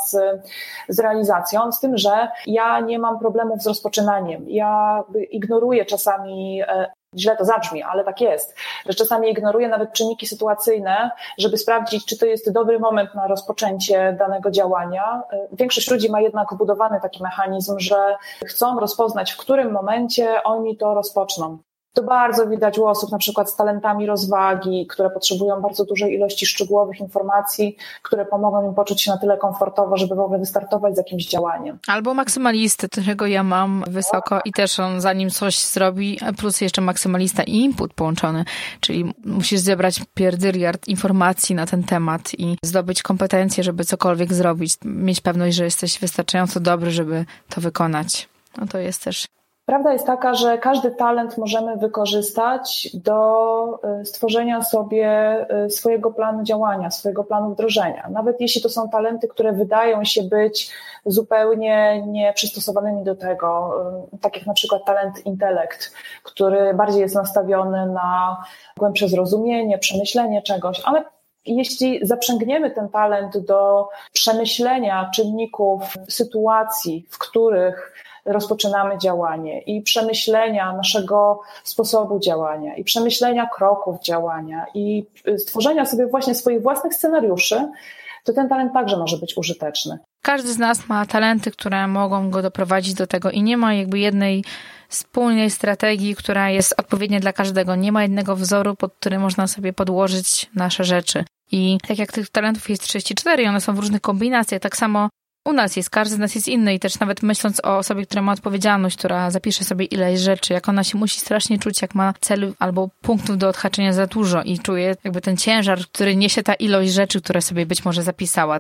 z realizacją, z tym, że ja nie mam problemów z rozpoczynaniem. Ja ignoruję czasami, źle to zabrzmi, ale tak jest, że czasami ignoruję nawet czynniki sytuacyjne, żeby sprawdzić, czy to jest dobry moment na rozpoczęcie danego działania. Większość ludzi ma jednak wbudowany taki mechanizm, że chcą rozpoznać, w którym momencie oni to rozpoczną. To bardzo widać u osób na przykład z talentami rozwagi, które potrzebują bardzo dużej ilości szczegółowych informacji, które pomogą im poczuć się na tyle komfortowo, żeby w ogóle wystartować z jakimś działaniem. Albo maksymalisty, którego ja mam wysoko i też on zanim coś zrobi, plus jeszcze maksymalista i input połączony, czyli musisz zebrać pierdyliard informacji na ten temat i zdobyć kompetencje, żeby cokolwiek zrobić, mieć pewność, że jesteś wystarczająco dobry, żeby to wykonać. No to jest też... Prawda jest taka, że każdy talent możemy wykorzystać do stworzenia sobie swojego planu działania, swojego planu wdrożenia. Nawet jeśli to są talenty, które wydają się być zupełnie nieprzystosowanymi do tego, tak jak na przykład talent intelekt, który bardziej jest nastawiony na głębsze zrozumienie, przemyślenie czegoś, ale jeśli zaprzęgniemy ten talent do przemyślenia czynników, sytuacji, w których rozpoczynamy działanie i przemyślenia naszego sposobu działania i przemyślenia kroków działania i stworzenia sobie właśnie swoich własnych scenariuszy, to ten talent także może być użyteczny. Każdy z nas ma talenty, które mogą go doprowadzić do tego i nie ma jakby jednej spójnej strategii, która jest odpowiednia dla każdego. Nie ma jednego wzoru, pod który można sobie podłożyć nasze rzeczy. I tak jak tych talentów jest 34 i one są w różnych kombinacjach, tak samo u nas jest, każdy z nas jest inny i też nawet myśląc o osobie, która ma odpowiedzialność, która zapisze sobie ileś rzeczy, jak ona się musi strasznie czuć, jak ma celu albo punktów do odhaczenia za dużo i czuje jakby ten ciężar, który niesie ta ilość rzeczy, które sobie być może zapisała.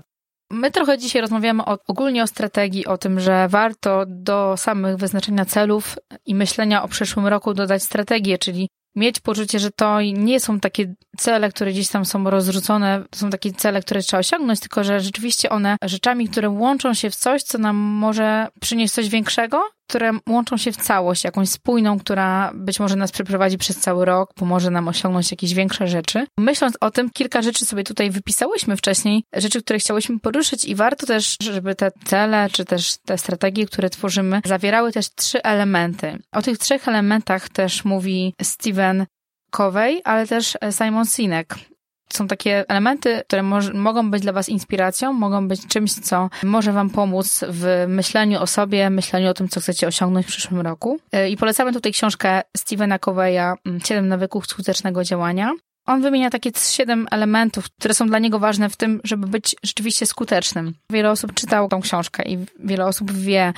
My trochę dzisiaj rozmawiamy ogólnie o strategii, o tym, że warto do samych wyznaczenia celów i myślenia o przyszłym roku dodać strategię, czyli mieć poczucie, że to nie są takie cele, które gdzieś tam są rozrzucone, to są takie cele, które trzeba osiągnąć, tylko że rzeczywiście one rzeczami, które łączą się w coś, co nam może przynieść coś większego, które łączą się w całość, jakąś spójną, która być może nas przeprowadzi przez cały rok, pomoże nam osiągnąć jakieś większe rzeczy. Myśląc o tym, kilka rzeczy sobie tutaj wypisałyśmy wcześniej, rzeczy, które chciałyśmy poruszyć i warto też, żeby te cele, czy też te strategie, które tworzymy, zawierały też 3 elementy. O tych 3 elementach też mówi Stephen Covey, ale też Simon Sinek. Są takie elementy, które mogą być dla was inspiracją, mogą być czymś, co może wam pomóc w myśleniu o sobie, myśleniu o tym, co chcecie osiągnąć w przyszłym roku. I polecamy tutaj książkę Stephena Coveya 7 nawyków skutecznego działania. On wymienia takie 7 elementów, które są dla niego ważne w tym, żeby być rzeczywiście skutecznym. Wiele osób czytało tą książkę i wiele osób wie,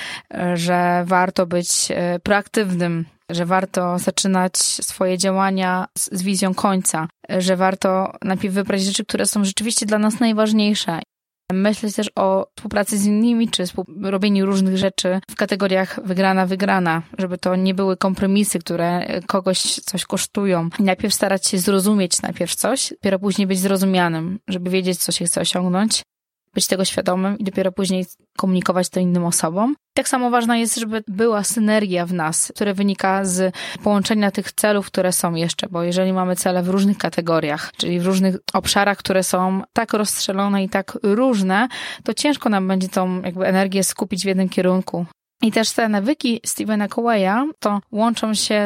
że warto być proaktywnym, że warto zaczynać swoje działania z wizją końca, że warto najpierw wybrać rzeczy, które są rzeczywiście dla nas najważniejsze. Myśleć też o współpracy z innymi, czy robieniu różnych rzeczy w kategoriach wygrana, żeby to nie były kompromisy, które kogoś coś kosztują. Najpierw starać się zrozumieć coś, dopiero później być zrozumianym, żeby wiedzieć, co się chce osiągnąć, być tego świadomym i dopiero później komunikować to innym osobom. Tak samo ważna jest, żeby była synergia w nas, która wynika z połączenia tych celów, które są jeszcze, bo jeżeli mamy cele w różnych kategoriach, czyli w różnych obszarach, które są tak rozstrzelone i tak różne, to ciężko nam będzie tą jakby energię skupić w jednym kierunku. I też te nawyki Stephena Coveya to łączą się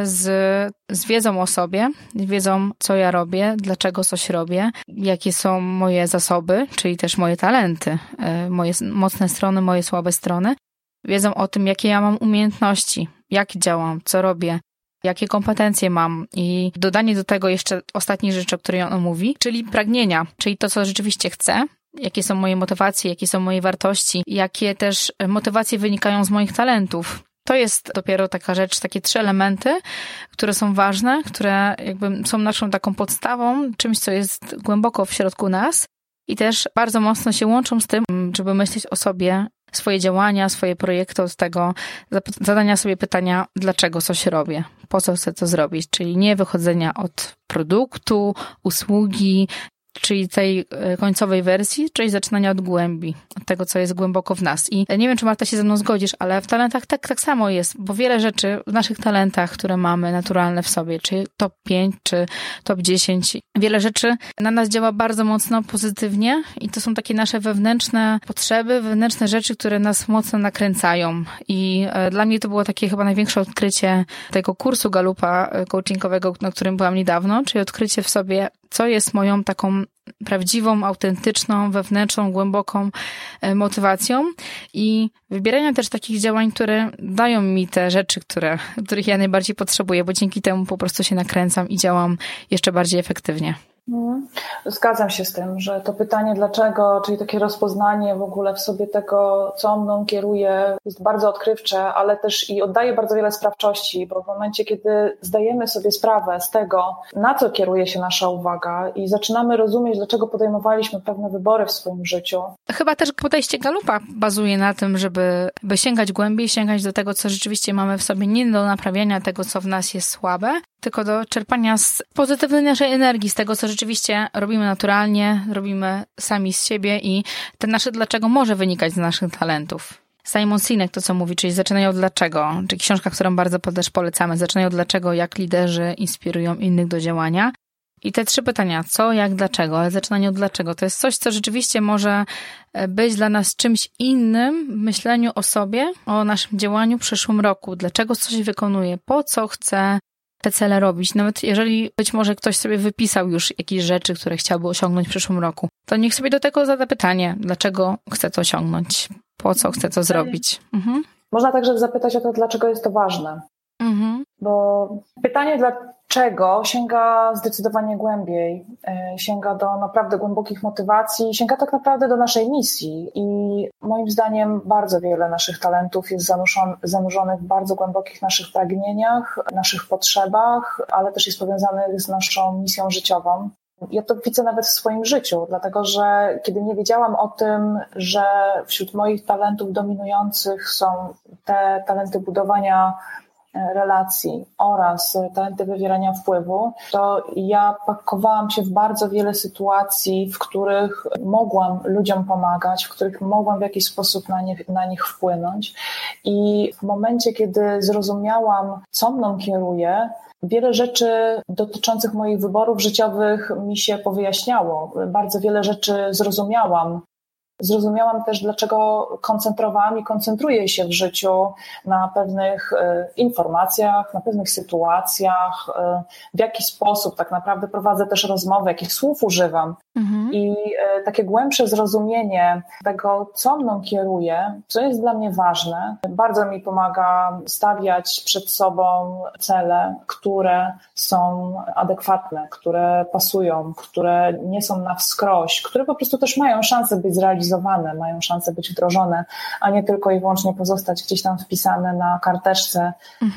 z wiedzą o sobie, wiedzą, co ja robię, dlaczego coś robię, jakie są moje zasoby, czyli też moje talenty, moje mocne strony, moje słabe strony. Wiedzą o tym, jakie ja mam umiejętności, jak działam, co robię, jakie kompetencje mam i dodanie do tego jeszcze ostatniej rzeczy, o której on mówi, czyli pragnienia, czyli to, co rzeczywiście chcę. Jakie są moje motywacje, jakie są moje wartości, jakie też motywacje wynikają z moich talentów. To jest dopiero taka rzecz, takie 3 elementy, które są ważne, które jakby są naszą taką podstawą, czymś, co jest głęboko w środku nas i też bardzo mocno się łączą z tym, żeby myśleć o sobie, swoje działania, swoje projekty od tego, zadania sobie pytania, dlaczego coś robię, po co chcę to zrobić, czyli nie wychodzenia od produktu, usługi, czyli tej końcowej wersji, czyli zaczynania od głębi, od tego, co jest głęboko w nas. I nie wiem, czy Marta się ze mną zgodzisz, ale w talentach tak samo jest, bo wiele rzeczy w naszych talentach, które mamy naturalne w sobie, czy top 5, czy top 10, wiele rzeczy na nas działa bardzo mocno pozytywnie i to są takie nasze wewnętrzne potrzeby, wewnętrzne rzeczy, które nas mocno nakręcają. I dla mnie to było takie chyba największe odkrycie tego kursu Gallupa coachingowego, na którym byłam niedawno, czyli odkrycie w sobie, co jest moją taką prawdziwą, autentyczną, wewnętrzną, głęboką motywacją i wybierania też takich działań, które dają mi te rzeczy, których ja najbardziej potrzebuję, bo dzięki temu po prostu się nakręcam i działam jeszcze bardziej efektywnie. Zgadzam się z tym, że to pytanie dlaczego, czyli takie rozpoznanie w ogóle w sobie tego, co mną kieruje, jest bardzo odkrywcze, ale też i oddaje bardzo wiele sprawczości, bo w momencie, kiedy zdajemy sobie sprawę z tego, na co kieruje się nasza uwaga i zaczynamy rozumieć, dlaczego podejmowaliśmy pewne wybory w swoim życiu. Chyba też podejście Gallupa bazuje na tym, żeby sięgać głębiej, sięgać do tego, co rzeczywiście mamy w sobie, nie do naprawiania tego, co w nas jest słabe, tylko do czerpania z pozytywnej naszej energii, z tego, co rzeczywiście robimy naturalnie, robimy sami z siebie i te nasze dlaczego może wynikać z naszych talentów. Simon Sinek to, co mówi, czyli zaczynają od dlaczego, czyli książka, którą bardzo też polecamy, zaczynają od dlaczego, jak liderzy inspirują innych do działania. I te 3 pytania, co, jak, dlaczego, ale zaczynanie od dlaczego, to jest coś, co rzeczywiście może być dla nas czymś innym w myśleniu o sobie, o naszym działaniu w przyszłym roku, dlaczego coś wykonuję, po co chcę te cele robić. Nawet jeżeli być może ktoś sobie wypisał już jakieś rzeczy, które chciałby osiągnąć w przyszłym roku, to niech sobie do tego zada pytanie, dlaczego chcę to osiągnąć, po co chcę to zrobić. Można także zapytać o to, dlaczego jest to ważne. Bo pytanie dlaczego sięga zdecydowanie głębiej, sięga do naprawdę głębokich motywacji, sięga tak naprawdę do naszej misji i moim zdaniem bardzo wiele naszych talentów jest zanurzonych w bardzo głębokich naszych pragnieniach, naszych potrzebach, ale też jest powiązanych z naszą misją życiową. Ja to widzę nawet w swoim życiu, dlatego że kiedy nie wiedziałam o tym, że wśród moich talentów dominujących są te talenty budowania relacji oraz talenty wywierania wpływu, to ja pakowałam się w bardzo wiele sytuacji, w których mogłam ludziom pomagać, w których mogłam w jakiś sposób na nich wpłynąć. I w momencie, kiedy zrozumiałam, co mną kieruje, wiele rzeczy dotyczących moich wyborów życiowych mi się powyjaśniało. Bardzo wiele rzeczy zrozumiałam. Zrozumiałam też, dlaczego koncentrowałam i koncentruję się w życiu na pewnych informacjach, na pewnych sytuacjach, w jaki sposób tak naprawdę prowadzę też rozmowy, jakich słów używam. I takie głębsze zrozumienie tego, co mną kieruje, co jest dla mnie ważne, bardzo mi pomaga stawiać przed sobą cele, które są adekwatne, które pasują, które nie są na wskroś, które po prostu też mają szansę być zrealizowane, mają szansę być wdrożone, a nie tylko i wyłącznie pozostać gdzieś tam wpisane na karteczce,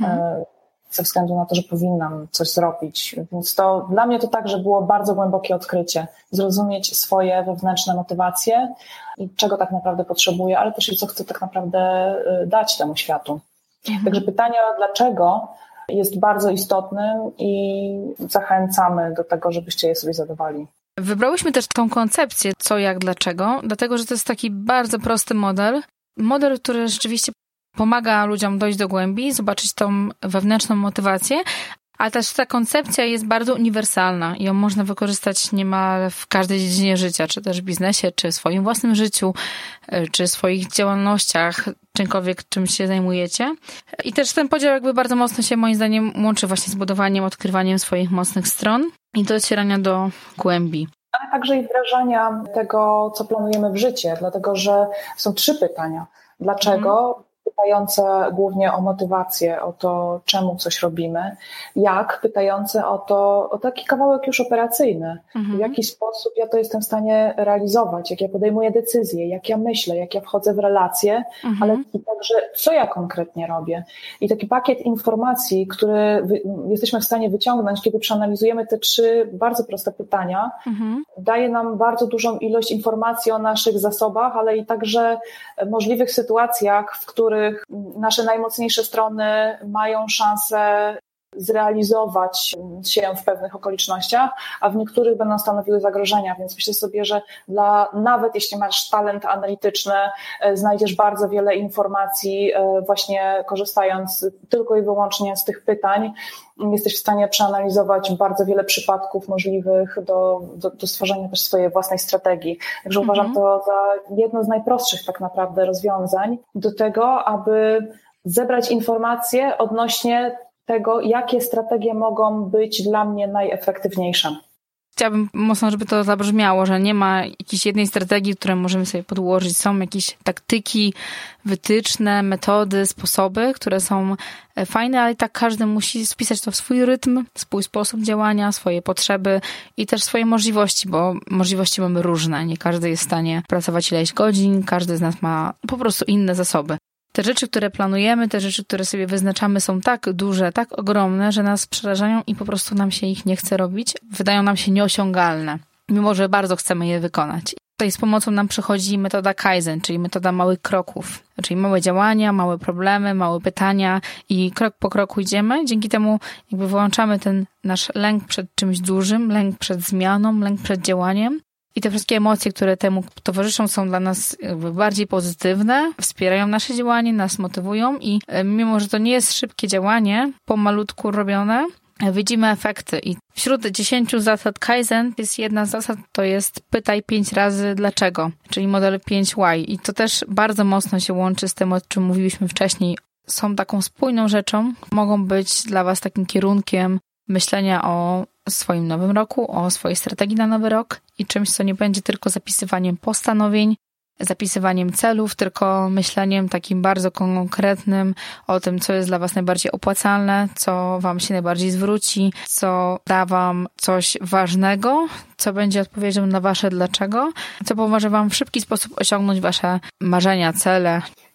ze względu na to, że powinnam coś zrobić. Więc to dla mnie to także było bardzo głębokie odkrycie. Zrozumieć swoje wewnętrzne motywacje i czego tak naprawdę potrzebuję, ale też i co chcę tak naprawdę dać temu światu. Także pytanie o dlaczego jest bardzo istotnym i zachęcamy do tego, żebyście je sobie zadawali. Wybrałyśmy też tą koncepcję co, jak, dlaczego, dlatego, że to jest taki bardzo prosty model, który rzeczywiście pomaga ludziom dojść do głębi, zobaczyć tą wewnętrzną motywację, ale też ta koncepcja jest bardzo uniwersalna i ją można wykorzystać niemal w każdej dziedzinie życia, czy też w biznesie, czy w swoim własnym życiu, czy w swoich działalnościach, czymkolwiek czym się zajmujecie. I też ten podział jakby bardzo mocno się moim zdaniem łączy właśnie z budowaniem, odkrywaniem swoich mocnych stron i docierania do głębi. Ale także i wdrażania tego, co planujemy w życie, dlatego że są 3 pytania. Dlaczego? Pytające głównie o motywację, o to, czemu coś robimy. Jak? Pytające o taki kawałek już operacyjny. W jaki sposób ja to jestem w stanie realizować, jak ja podejmuję decyzje, jak ja myślę, jak ja wchodzę w relacje, ale i także co ja konkretnie robię. I taki pakiet informacji, który jesteśmy w stanie wyciągnąć, kiedy przeanalizujemy te 3 bardzo proste pytania, daje nam bardzo dużą ilość informacji o naszych zasobach, ale i także możliwych sytuacjach, w których nasze najmocniejsze strony mają szansę zrealizować się w pewnych okolicznościach, a w niektórych będą stanowiły zagrożenia, więc myślę sobie, że nawet jeśli masz talent analityczny, znajdziesz bardzo wiele informacji właśnie korzystając tylko i wyłącznie z tych pytań. Jesteś w stanie przeanalizować bardzo wiele przypadków możliwych do stworzenia też swojej własnej strategii. Także uważam to za jedno z najprostszych tak naprawdę rozwiązań do tego, aby zebrać informacje odnośnie tego, jakie strategie mogą być dla mnie najefektywniejsze. Chciałabym mocno, żeby to zabrzmiało, że nie ma jakiejś jednej strategii, które możemy sobie podłożyć. Są jakieś taktyki, wytyczne, metody, sposoby, które są fajne, ale tak każdy musi spisać to w swój rytm, swój sposób działania, swoje potrzeby i też swoje możliwości, bo możliwości mamy różne. Nie każdy jest w stanie pracować ileś godzin, każdy z nas ma po prostu inne zasoby. Te rzeczy, które planujemy, te rzeczy, które sobie wyznaczamy, są tak duże, tak ogromne, że nas przerażają i po prostu nam się ich nie chce robić. Wydają nam się nieosiągalne, mimo że bardzo chcemy je wykonać. Tutaj z pomocą nam przychodzi metoda Kaizen, czyli metoda małych kroków, czyli małe działania, małe problemy, małe pytania i krok po kroku idziemy. Dzięki temu jakby wyłączamy ten nasz lęk przed czymś dużym, lęk przed zmianą, lęk przed działaniem. I te wszystkie emocje, które temu towarzyszą, są dla nas jakby bardziej pozytywne, wspierają nasze działanie, nas motywują i mimo, że to nie jest szybkie działanie, pomalutku robione, widzimy efekty. I wśród 10 zasad Kaizen jest jedna z zasad, to jest pytaj 5 razy dlaczego, czyli model 5 why. I to też bardzo mocno się łączy z tym, o czym mówiliśmy wcześniej. Są taką spójną rzeczą, mogą być dla was takim kierunkiem myślenia o swoim nowym roku, o swojej strategii na nowy rok i czymś, co nie będzie tylko zapisywaniem postanowień, zapisywaniem celów, tylko myśleniem takim bardzo konkretnym o tym, co jest dla was najbardziej opłacalne, co wam się najbardziej zwróci, co da wam coś ważnego, co będzie odpowiedzią na wasze dlaczego, co pomoże wam w szybki sposób osiągnąć wasze marzenia, cele.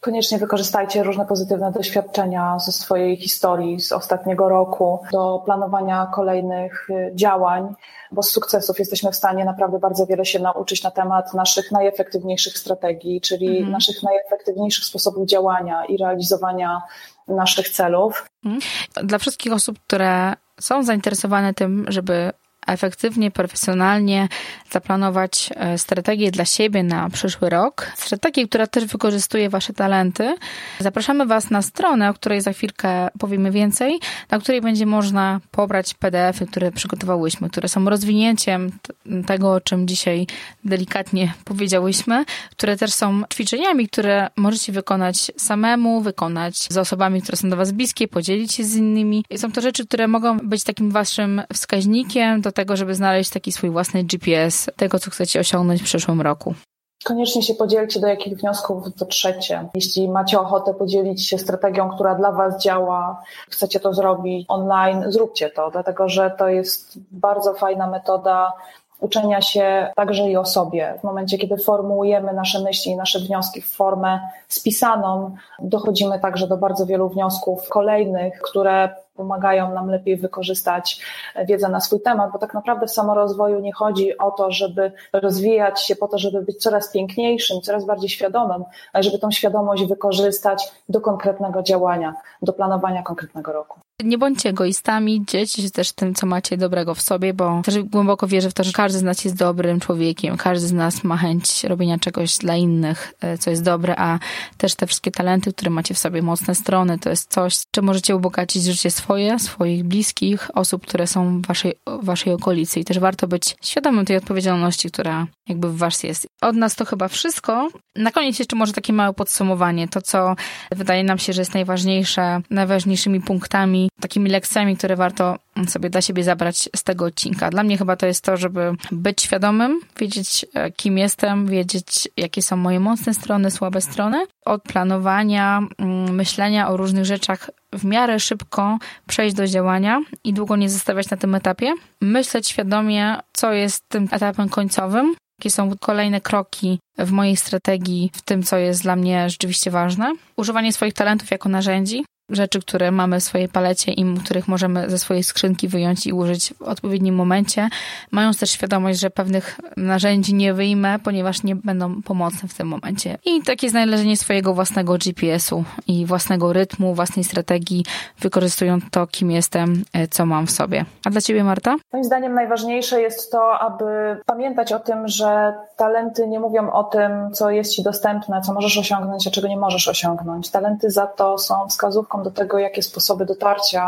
Koniecznie wykorzystajcie różne pozytywne doświadczenia ze swojej historii, z ostatniego roku do planowania kolejnych działań, bo z sukcesów jesteśmy w stanie naprawdę bardzo wiele się nauczyć na temat naszych najefektywniejszych strategii, czyli naszych najefektywniejszych sposobów działania i realizowania naszych celów. Dla wszystkich osób, które są zainteresowane tym, żeby efektywnie, profesjonalnie zaplanować strategię dla siebie na przyszły rok. Strategię, która też wykorzystuje wasze talenty. Zapraszamy was na stronę, o której za chwilkę powiemy więcej, na której będzie można pobrać PDF-y, które przygotowałyśmy, które są rozwinięciem tego, o czym dzisiaj delikatnie powiedziałyśmy, które też są ćwiczeniami, które możecie wykonać samemu, wykonać z osobami, które są do was bliskie, podzielić się z innymi. I są to rzeczy, które mogą być takim waszym wskaźnikiem do tego, żeby znaleźć taki swój własny GPS tego, co chcecie osiągnąć w przyszłym roku. Koniecznie się podzielcie, do jakich wniosków dotrzecie. Jeśli macie ochotę podzielić się strategią, która dla was działa, chcecie to zrobić online, zróbcie to, dlatego że to jest bardzo fajna metoda uczenia się także i o sobie. W momencie, kiedy formułujemy nasze myśli i nasze wnioski w formę spisaną, dochodzimy także do bardzo wielu wniosków kolejnych, które pomagają nam lepiej wykorzystać wiedzę na swój temat, bo tak naprawdę w samorozwoju nie chodzi o to, żeby rozwijać się po to, żeby być coraz piękniejszym, coraz bardziej świadomym, ale żeby tą świadomość wykorzystać do konkretnego działania, do planowania konkretnego roku. Nie bądźcie egoistami, dzielcie się też tym, co macie dobrego w sobie, bo też głęboko wierzę w to, że każdy z nas jest dobrym człowiekiem, każdy z nas ma chęć robienia czegoś dla innych, co jest dobre, a też te wszystkie talenty, które macie w sobie, mocne strony, to jest coś, czym możecie ubogacić życie swoje, swoich bliskich, osób, które są w waszej okolicy i też warto być świadomym tej odpowiedzialności, która jakby w was jest. Od nas to chyba wszystko. Na koniec jeszcze może takie małe podsumowanie, to co wydaje nam się, że jest najważniejsze, najważniejszymi punktami, takimi lekcjami, które warto sobie dla siebie zabrać z tego odcinka. Dla mnie chyba to jest to, żeby być świadomym, wiedzieć kim jestem, wiedzieć jakie są moje mocne strony, słabe strony. Od planowania, myślenia o różnych rzeczach w miarę szybko przejść do działania i długo nie zostawiać na tym etapie. Myśleć świadomie, co jest tym etapem końcowym, jakie są kolejne kroki w mojej strategii, w tym, co jest dla mnie rzeczywiście ważne. Używanie swoich talentów jako narzędzi, rzeczy, które mamy w swojej palecie i których możemy ze swojej skrzynki wyjąć i użyć w odpowiednim momencie, mając też świadomość, że pewnych narzędzi nie wyjmę, ponieważ nie będą pomocne w tym momencie. I takie znalezienie swojego własnego GPS-u i własnego rytmu, własnej strategii, wykorzystując to, kim jestem, co mam w sobie. A dla ciebie, Marta? Moim zdaniem najważniejsze jest to, aby pamiętać o tym, że talenty nie mówią o tym, co jest ci dostępne, co możesz osiągnąć, a czego nie możesz osiągnąć. Talenty za to są wskazówką do tego, jakie sposoby dotarcia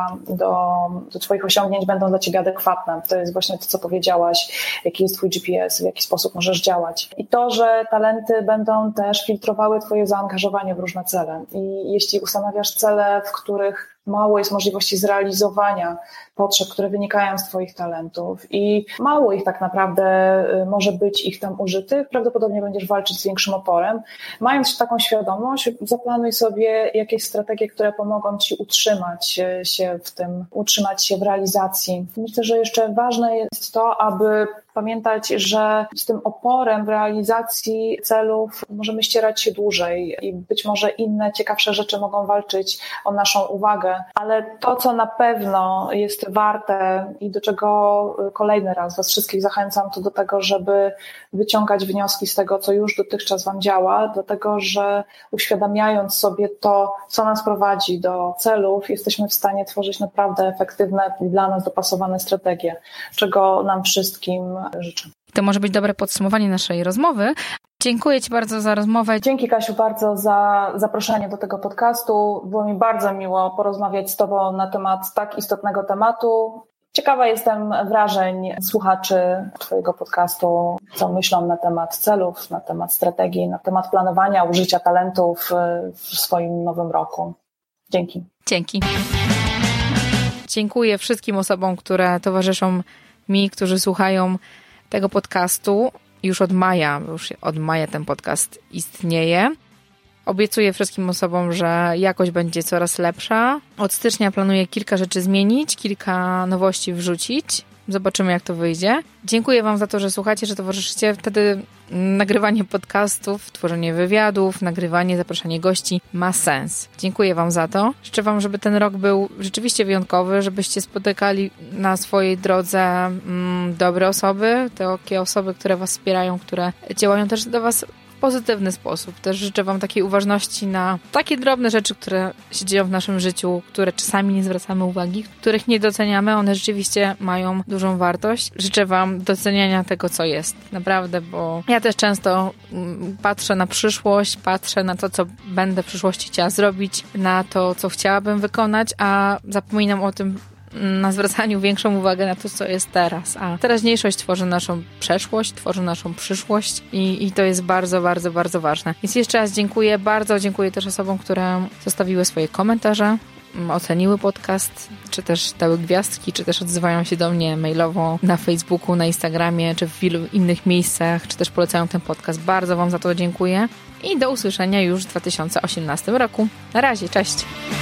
do twoich osiągnięć będą dla ciebie adekwatne. To jest właśnie to, co powiedziałaś, jaki jest twój GPS, w jaki sposób możesz działać. I to, że talenty będą też filtrowały twoje zaangażowanie w różne cele. I jeśli ustanawiasz cele, w których mało jest możliwości zrealizowania potrzeb, które wynikają z twoich talentów i mało ich tak naprawdę może być ich tam użytych, prawdopodobnie będziesz walczyć z większym oporem. Mając taką świadomość, zaplanuj sobie jakieś strategie, które pomogą ci utrzymać się w tym, utrzymać się w realizacji. Myślę, że jeszcze ważne jest to, aby pamiętać, że z tym oporem w realizacji celów możemy ścierać się dłużej i być może inne ciekawsze rzeczy mogą walczyć o naszą uwagę, ale to, co na pewno jest warte i do czego kolejny raz was wszystkich zachęcam, to do tego, żeby wyciągać wnioski z tego, co już dotychczas wam działa, dlatego, że uświadamiając sobie to, co nas prowadzi do celów, jesteśmy w stanie tworzyć naprawdę efektywne i dla nas dopasowane strategie, czego nam wszystkim życzę. To może być dobre podsumowanie naszej rozmowy. Dziękuję ci bardzo za rozmowę. Dzięki, Kasiu, bardzo za zaproszenie do tego podcastu. Było mi bardzo miło porozmawiać z tobą na temat tak istotnego tematu. Ciekawa jestem wrażeń słuchaczy twojego podcastu, co myślą na temat celów, na temat strategii, na temat planowania, użycia talentów w swoim nowym roku. Dzięki. Dzięki. Dziękuję wszystkim osobom, które towarzyszą mi, którzy słuchają tego podcastu już od maja ten podcast istnieje. Obiecuję wszystkim osobom, że jakość będzie coraz lepsza. Od stycznia planuję kilka rzeczy zmienić, kilka nowości wrzucić Zobaczymy, jak to wyjdzie. Dziękuję Wam za to, że słuchacie, że towarzyszycie. Wtedy nagrywanie podcastów, tworzenie wywiadów, nagrywanie, zapraszanie gości ma sens. Dziękuję Wam za to. Życzę Wam, żeby ten rok był rzeczywiście wyjątkowy, żebyście spotykali na swojej drodze dobre osoby, takie osoby, które Was wspierają, które działają też do Was w pozytywny sposób. Też życzę Wam takiej uważności na takie drobne rzeczy, które się dzieją w naszym życiu, które czasami nie zwracamy uwagi, których nie doceniamy. One rzeczywiście mają dużą wartość. Życzę Wam doceniania tego, co jest. Naprawdę, bo ja też często patrzę na przyszłość, patrzę na to, co będę w przyszłości chciała zrobić, na to, co chciałabym wykonać, a zapominam o tym, na zwracaniu większą uwagę na to, co jest teraz. A teraźniejszość tworzy naszą przeszłość, tworzy naszą przyszłość i to jest bardzo, bardzo, bardzo ważne. Więc jeszcze raz dziękuję, bardzo dziękuję też osobom, które zostawiły swoje komentarze, oceniły podcast, czy też dały gwiazdki, czy też odzywają się do mnie mailowo na Facebooku, na Instagramie, czy w wielu innych miejscach, czy też polecają ten podcast. Bardzo Wam za to dziękuję i do usłyszenia już w 2018 roku. Na razie, cześć!